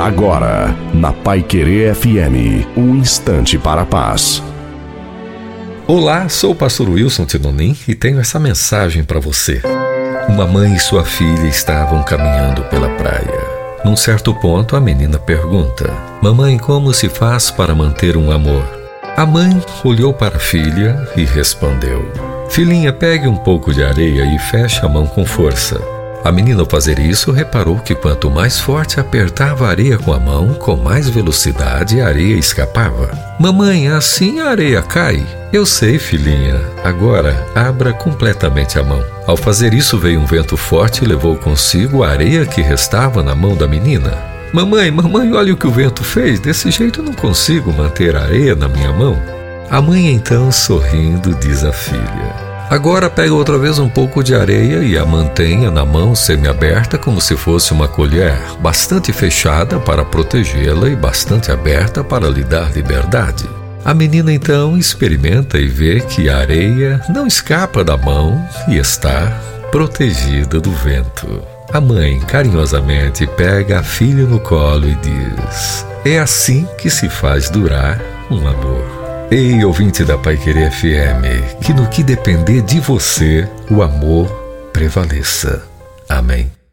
Agora, na Paiquerê FM, um instante para a paz. Olá, sou o pastor Wilson Tinonim e tenho essa mensagem para você. Uma mãe e sua filha estavam caminhando pela praia. Num certo ponto, a menina pergunta: "Mamãe, como se faz para manter um amor?" A mãe olhou para a filha e respondeu: "Filhinha, pegue um pouco de areia e feche a mão com força." A menina, ao fazer isso, reparou que quanto mais forte apertava a areia com a mão, com mais velocidade a areia escapava. "Mamãe, assim a areia cai." "Eu sei, filhinha. Agora, abra completamente a mão." Ao fazer isso, veio um vento forte e levou consigo a areia que restava na mão da menina. Mamãe, olha o que o vento fez. Desse jeito eu não consigo manter a areia na minha mão." A mãe, então, sorrindo, diz à filha: "Agora pega outra vez um pouco de areia e a mantenha na mão semi-aberta como se fosse uma colher, bastante fechada para protegê-la e bastante aberta para lhe dar liberdade." A menina então experimenta e vê que a areia não escapa da mão e está protegida do vento. A mãe carinhosamente pega a filha no colo e diz: "É assim que se faz durar um amor." Ei, ouvinte da Paiquerê FM, que no que depender de você, o amor prevaleça. Amém.